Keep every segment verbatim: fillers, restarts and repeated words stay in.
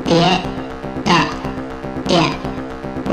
别的点播。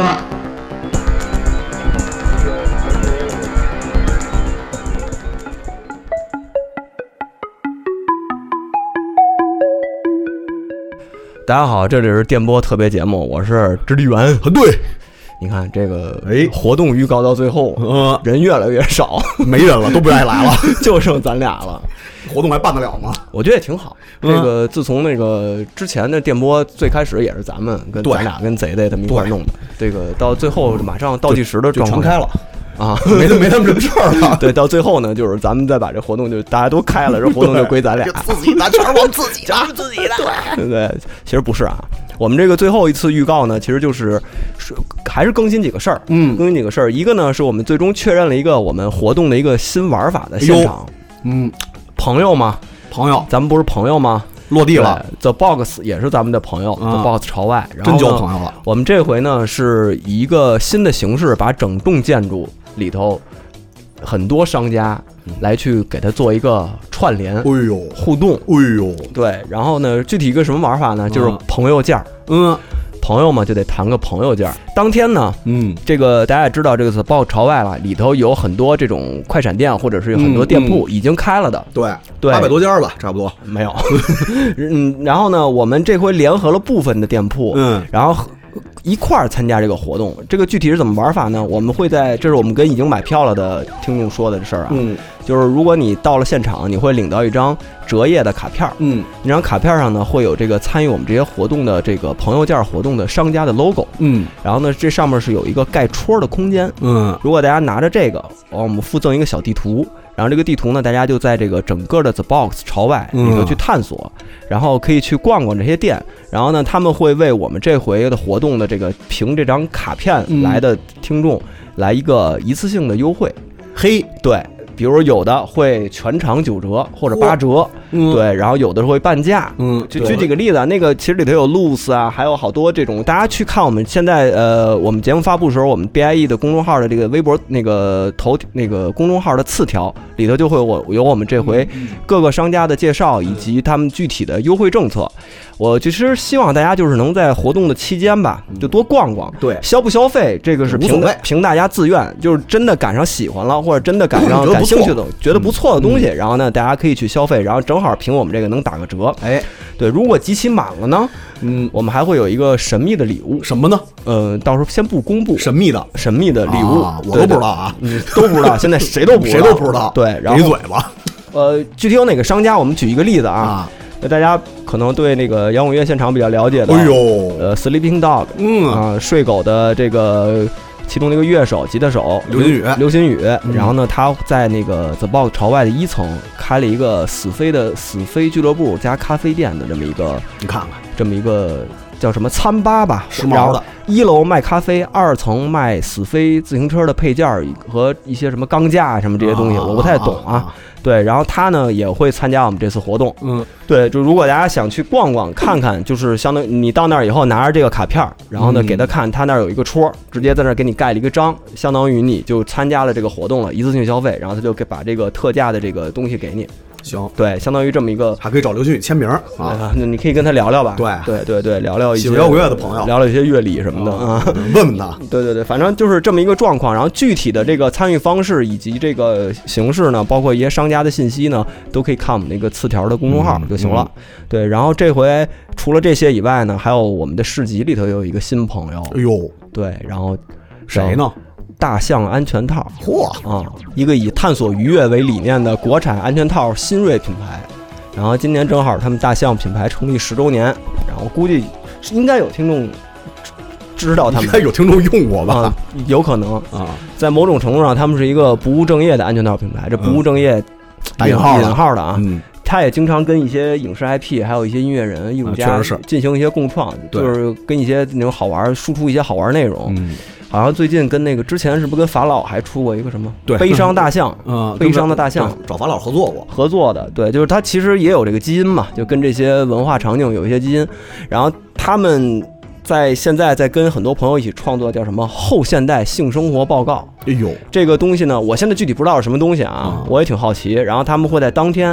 大家好，这里是电波特别节目，我是直立员。 对， 你看这个， 哎， 活动预告到最后， 呃， 人越来越少， 没人了，都不愿意来了， 就剩咱俩了。 活动还办得了吗？ 我觉得也挺好。这个自从那个之前的电波最开始也是咱们跟咱俩跟贼贼他们一块弄的，这个到最后马上倒计时的状况全开了。 啊， 没没他们这事儿了。 对，到最后呢，就是咱们再把这活动就大家都开了，这活动就归咱俩， 自己的，全是我们自己的， 全是自己的。对对，其实不是啊。我们这个最后一次预告呢，其实就是还是更新几个事儿，嗯，更新几个事儿。一个呢，是我们最终确认了一个我们活动的一个新玩法的现场。 嗯， 朋友嘛， 朋友， 咱们不是朋友吗？ 落地了 ，The Box 也是咱们的朋友、啊、，The Box 朝外，然后真交朋友了。 我们这回呢是以一个新的形式，把整栋建筑里头很多商家来去给它做一个串联， 哎呦， 互动， 哎呦， 对，然后呢，具体一个什么玩法呢？就是朋友价， 嗯。 朋友嘛，就得谈个朋友价。当天呢，嗯，这个大家也知道，这个 The Box 朝外了，里头有很多这种快闪店，或者是有很多店铺已经开了的， 嗯嗯、对对， 八百多家吧，差不多没有。嗯，然后呢，我们这回联合了部分的店铺，嗯，然后一块儿参加这个活动。这个具体是怎么玩法呢？我们会在，这是我们跟已经买票了的听众说的事儿啊，嗯，就是如果你到了现场，你会领到一张折页的卡片，嗯，那张卡片上呢会有这个参与我们这些活动的这个朋友价活动的商家的 logo， 嗯，然后呢这上面是有一个盖戳的空间，嗯，如果大家拿着这个，我们附赠一个小地图。然后这个地图呢，大家就在这个整个的 The Box 朝外里头去探索，嗯、然后可以去逛逛这些店。然后呢，他们会为我们这回的活动的这个凭这张卡片来的听众来一个一次性的优惠。嘿，对。比如有的会全场九折或者八折，嗯、对，然后有的会半价，嗯，就举几个例子啊，那个其实里头有 Loose 啊，还有好多这种，大家去看我们现在呃，我们节目发布的时候，我们 B I E 的公众号的这个微博那个头那个公众号的次条里头就会有有我们这回各个商家的介绍以及他们具体的优惠政策。我其实希望大家就是能在活动的期间吧，就多逛逛，对，消不消费这个是凭凭大家自愿，就是真的赶上喜欢了或者真的赶上感兴趣的觉得不错的东西，然后呢大家可以去消费，然后正好凭我们这个能打个折。哎，对，如果集齐满了呢，嗯，我们还会有一个神秘的礼物，什么呢？呃，到时候先不公布，神秘的神秘的礼物，啊、 我都不知道啊， 嗯，都不知道，现在谁都不知道， 谁都不知道， 对，然后给嘴巴。 呃，具体有哪个商家，我们举一个例子啊。那大家可能对那个摇滚乐现场比较了解的，哎呦，呃 ，Sleeping Dog， 嗯啊，睡狗的这个其中的一个乐手、吉他手刘新宇， 刘新宇，嗯、然后呢，他在那个 The Box 朝外的一层开了一个死飞的死飞俱乐部加咖啡店的这么一个， 你看看这么一个叫什么餐吧吧， 时髦的。 一楼卖咖啡，二层卖死飞自行车的配件和一些什么钢架什么这些东西，我不太懂啊。啊对，然后他呢也会参加我们这次活动。嗯，对，就如果大家想去逛逛看看，就是相当于你到那儿以后拿着这个卡片，然后呢给他看，他那儿有一个戳，直接在那儿给你盖了一个章，相当于你就参加了这个活动了，一次性消费，然后他就给把这个特价的这个东西给你。行，对，相当于这么一个， 还可以找刘迅宇签名啊， 那你可以跟他聊聊吧， 对对对对，聊聊一些摇滚乐的朋友， 聊聊一些乐理什么的啊， 问问他， 对对对，反正就是这么一个状况。然后具体的这个参与方式以及这个形式呢，包括一些商家的信息呢，都可以看我们那个次条的公众号就行了。嗯嗯、对，然后这回除了这些以外呢，还有我们的市集里头有一个新朋友， 哎呦， 对，然后谁呢？ 大象安全套， 嚯啊，一个以探索愉悦为理念的国产安全套新锐品牌。然后今年正好他们大象品牌成立十周年，然后估计应该有听众知道他们， 应该有听众用过吧？ 啊、有可能啊，在某种程度上，他们是一个不务正业的安全套品牌。这不务正业， 打引号引号的啊。 嗯， 他也经常跟一些影视 I P， 还有一些音乐人、艺术家进行一些共创，就是跟一些那种好玩、输出一些好玩内容。嗯。好像最近跟那个之前是不是跟法老还出过一个什么对悲伤大象， 嗯， 悲伤的大象找法老合作过， 合作的，对，就是他其实也有这个基因嘛，就跟这些文化场景有一些基因，然后他们在现在在跟很多朋友一起创作叫什么后现代性生活报告。 哎呦， 这个东西呢，我现在具体不知道是什么东西啊，嗯、我也挺好奇。然后他们会在当天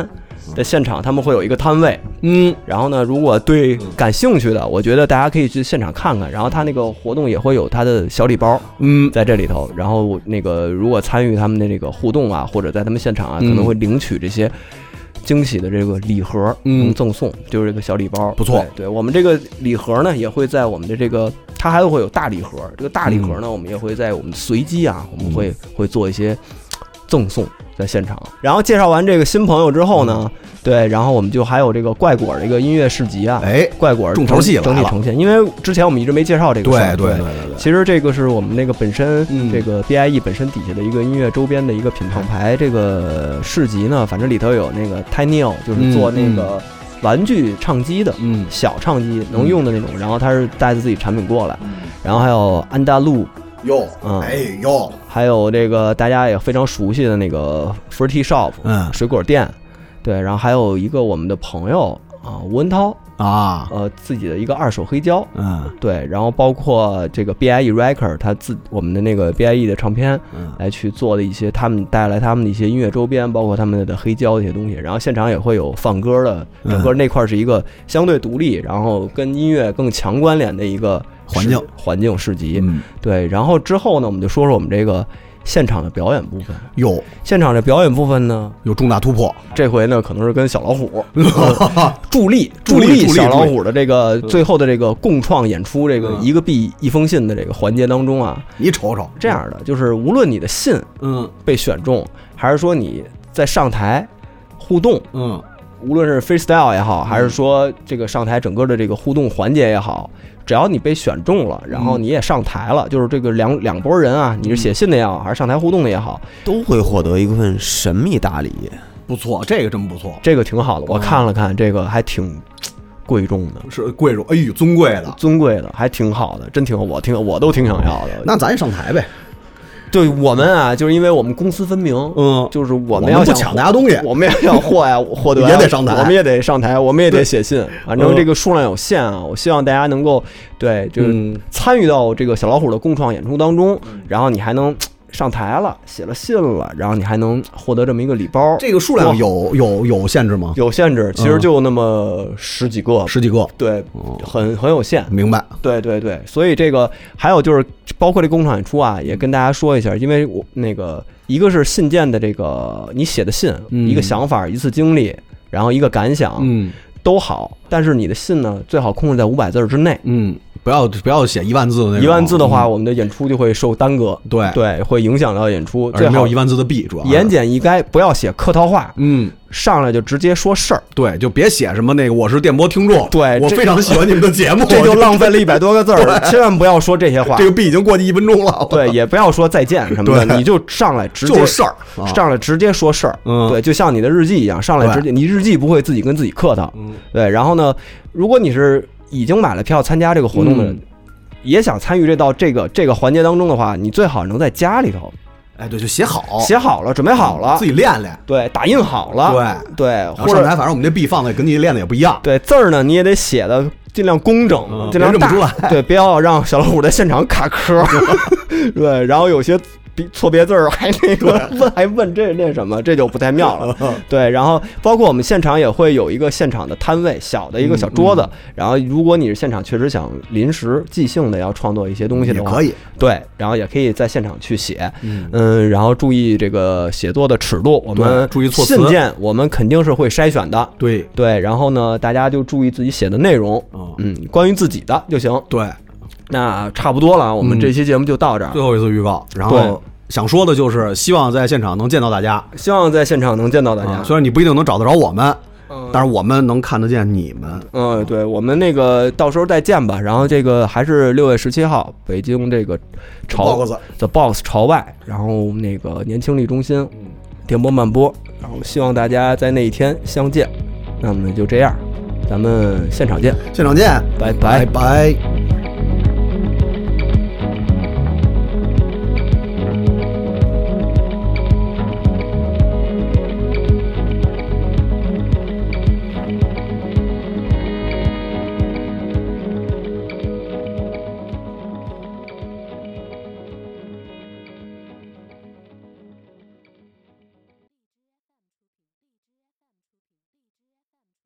在现场他们会有一个摊位， 嗯， 然后呢，如果对感兴趣的，我觉得大家可以去现场看看。然后他那个活动也会有他的小礼包， 嗯， 在这里头。然后那个如果参与他们的这个互动啊，或者在他们现场啊，可能会领取这些惊喜的这个礼盒，能赠送，就是这个小礼包， 不错。 对，对我们这个礼盒呢，也会在我们的这个，它还会有大礼盒。这个大礼盒呢，我们也会在我们随机啊，我们会会做一些赠送。在现场，然后介绍完这个新朋友之后呢，嗯、对，然后我们就还有这个怪果的一个音乐市集啊， 哎， 怪果重头戏整体呈现，因为之前我们一直没介绍这个事儿， 对对对对 对, 对。 其实这个是我们那个本身、 嗯、 这个 B I E 本身底下的一个音乐周边的一个品牌，这个市集呢，反正里头有那个 Tiny， 就是做那个玩具唱机的，嗯，小唱机能用的那种，然后他是带着自己产品过来，然后还有安大路。 哟， 嗯， 哎呦， 还有这个大家也非常熟悉的那个 Fruity Shop， 嗯，水果店，对，然后还有一个我们的朋友啊，吴文涛啊， 呃，自己的一个二手黑胶， 嗯， 对，然后包括这个 B I E Record， 他自我们的那个 B I E 的唱片，嗯，来去做的一些他们带来他们的一些音乐周边，包括他们的黑胶这些东西，然后现场也会有放歌的，整个那块是一个相对独立，然后跟音乐更强关联的一个。 环境环境市集， 嗯， 对，然后之后呢，我们就说说我们这个现场的表演部分。 有现场的表演部分呢， 有重大突破。 这回呢，可能是跟小老虎助力助力小老虎的这个最后的这个共创演出，这个一个币一封信的这个环节当中啊， 你瞅瞅， 这样的就是无论你的信嗯被选中，还是说你在上台互动嗯。无论是 freestyle 也好，还是说这个上台整个的这个互动环节也好，只要你被选中了，然后你也上台了，就是这个两两拨人啊，你是写信的也好，还是上台互动的也好， 都会获得一份神秘大礼。 不错，这个真不错， 这个挺好的。我看了看，这个还挺贵重的， 是贵重，哎呦，尊贵的， 尊贵的，还挺好的，真挺好，我挺我都挺想要的。 那咱也上台呗。 对我们啊，就是因为我们公私分明，嗯，就是我们要不抢大家东西， 我们要想获呀，获得也得上台， 我们也得上台，我们也得写信，反正这个数量有限啊。我希望大家能够对，就是参与到这个小老虎的共创演出当中，然后你还能上台了，写了信了，然后你还能获得这么一个礼包。 这个数量有有有限制吗？ 有限制，其实就那么十几个， 十几个， 对，很很有限。 明白？ 对对对，所以这个还有就是，包括这共创演出啊，也跟大家说一下，因为我那个一个是信件的这个你写的信， 嗯、 一个想法，一次经历，然后一个感想， 嗯， 都好，但是你的信呢，最好控制在五百字之内， 嗯。不要不要写一万字的那种， 一万字的话，我们的演出就会受耽搁， 对对，会影响到演出。最好没有一万字的币，主要言简意赅，不要写客套话， 嗯， 上来就直接说事儿， 对，就别写什么那个我是电波听众， 对我非常喜欢你们的节目， 这就浪费了一百多个字儿，千万不要说这些话。 这个币已经过去一分钟了， 对，也不要说再见什么的，你就上来直接就是事儿， 上来直接说事儿， 嗯， 对，就像你的日记一样，上来直接，你日记不会自己跟自己客套， 嗯， 对，然后呢，如果你是已经买了票参加这个活动的人。也想参与这到这个这个环节当中的话，你最好能在家里头， 哎，对，就写好， 写好了，准备好了， 自己练练， 对，打印好了， 对对， 或者上台，反正我们这币放的跟你练的也不一样， 对，字儿呢你也得写的尽量工整， 嗯、 尽量大，对，不要让小老虎在现场卡壳，对，然后有些。错别字儿还那个问还问这那什么，这就不太妙了。对，然后包括我们现场也会有一个现场的摊位，小的一个小桌子。 嗯嗯、 然后如果你是现场确实想临时即兴的要创作一些东西的话， 也可以。 对，然后也可以在现场去写。 嗯, 嗯，然后注意这个写作的尺度，我们注意措辞。 信件我们肯定是会筛选的。 对对，然后呢，大家就注意自己写的内容。 哦、 嗯，关于自己的就行。 对， 那差不多了，我们这期节目就到这儿。 最后一次预告，然后。想说的就是希望在现场能见到大家， 希望在现场能见到大家。 啊、虽然你不一定能找得着我们，嗯、但是我们能看得见你们。 嗯，对，我们那个到时候再见吧。然后这个还是六月十七号，北京这个朝 The Box 朝外，然后那个年轻力中心电波慢播，然后希望大家在那一天相见。那么就这样，咱们现场见， 现场见， 拜拜拜拜。